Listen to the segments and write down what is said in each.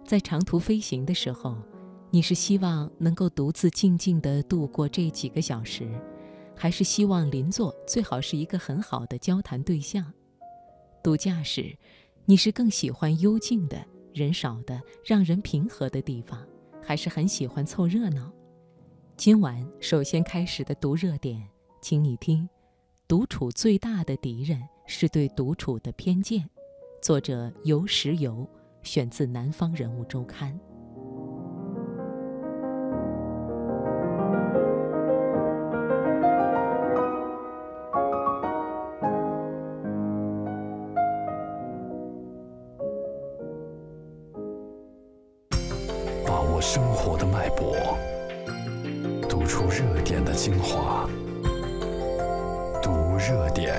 在长途飞行的时候，你是希望能够独自静静地度过这几个小时，还是希望邻座最好是一个很好的交谈对象？度假时，你是更喜欢幽静的、人少的、让人平和的地方，还是很喜欢凑热闹？今晚首先开始的读热点，请你听：独处最大的敌人是对独处的偏见。作者游石游，选自《南方人物周刊》。 把握生活的脉搏，读出热点的精华。读热点。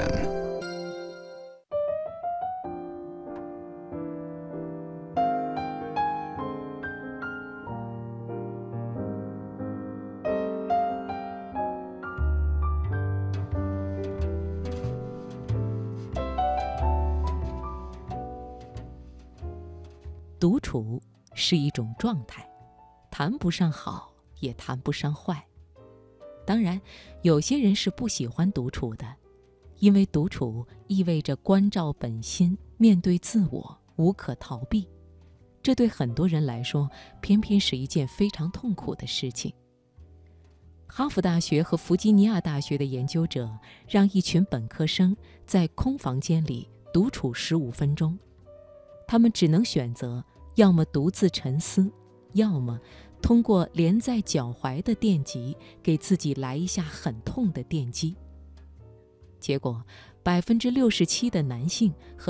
独处是一种状态，谈不上好，也谈不上坏。当然，有些人是不喜欢独处的，因为独处意味着关照本心，面对自我，无可逃避。这对很多人来说，偏偏是一件非常痛苦的事情。哈佛大学和弗吉尼亚大学的研究者让一群本科生在空房间里独处15分钟，他们只能选择要么独自沉思，要么通过连在脚踝的电极给自己来一下很痛的电击。结果，67%的男性和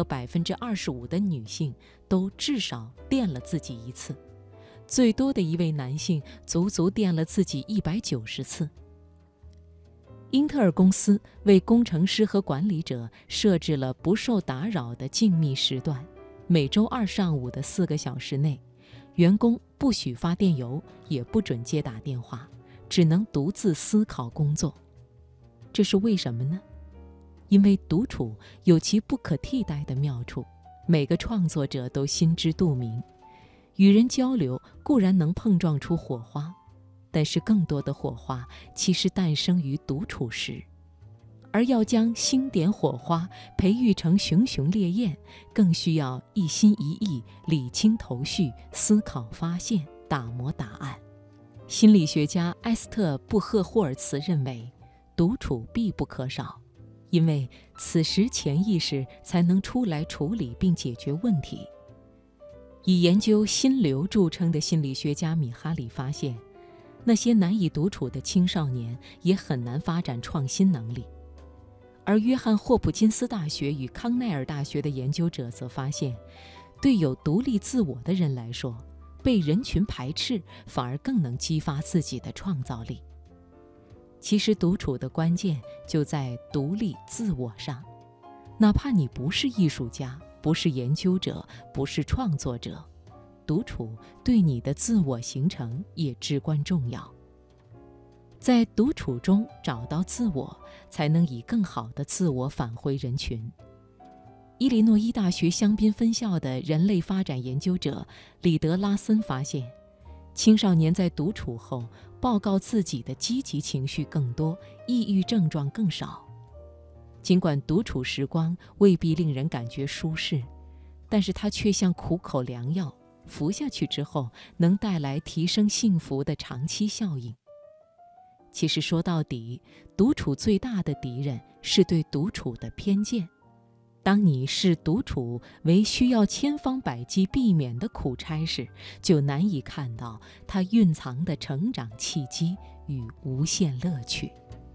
25%的女性都至少电了自己一次，最多的一位男性足足电了自己190次。英特尔公司为工程师和管理者设置了不受打扰的静谧时段，每周2上午的4个小时内，员工不许发电邮，也不准接打电话，只能独自思考工作。这是为什么呢？因为独处有其不可替代的妙处，每个创作者都心知肚明。与人交流固然能碰撞出火花，但是更多的火花其实诞生于独处时。而要将星点火花培育成熊熊烈焰，更需要一心一意理清头绪，思考发现，打磨答案。心理学家埃斯特·布赫霍尔茨认为，独处必不可少，因为此时潜意识才能出来处理并解决问题。以研究心流著称的心理学家米哈里发现，那些难以独处的青少年也很难发展创新能力。而约翰霍普金斯大学与康奈尔大学的研究者则发现，对有独立自我的人来说，被人群排斥反而更能激发自己的创造力。其实独处的关键就在独立自我上，哪怕你不是艺术家，不是研究者，不是创作者，独处对你的自我形成也至关重要。在独处中找到自我，才能以更好的自我返回人群。伊利诺伊大学香槟分校的人类发展研究者里德拉森发现，青少年在独处后报告自己的积极情绪更多，抑郁症状更少。尽管独处时光未必令人感觉舒适，但是它却像苦口良药，服下去之后能带来提升幸福的长期效应。其实说到底，独处最大的敌人是对独处的偏见。当你视独处为需要千方百计避免的苦差时，就难以看到它蕴藏的成长契机与无限乐趣。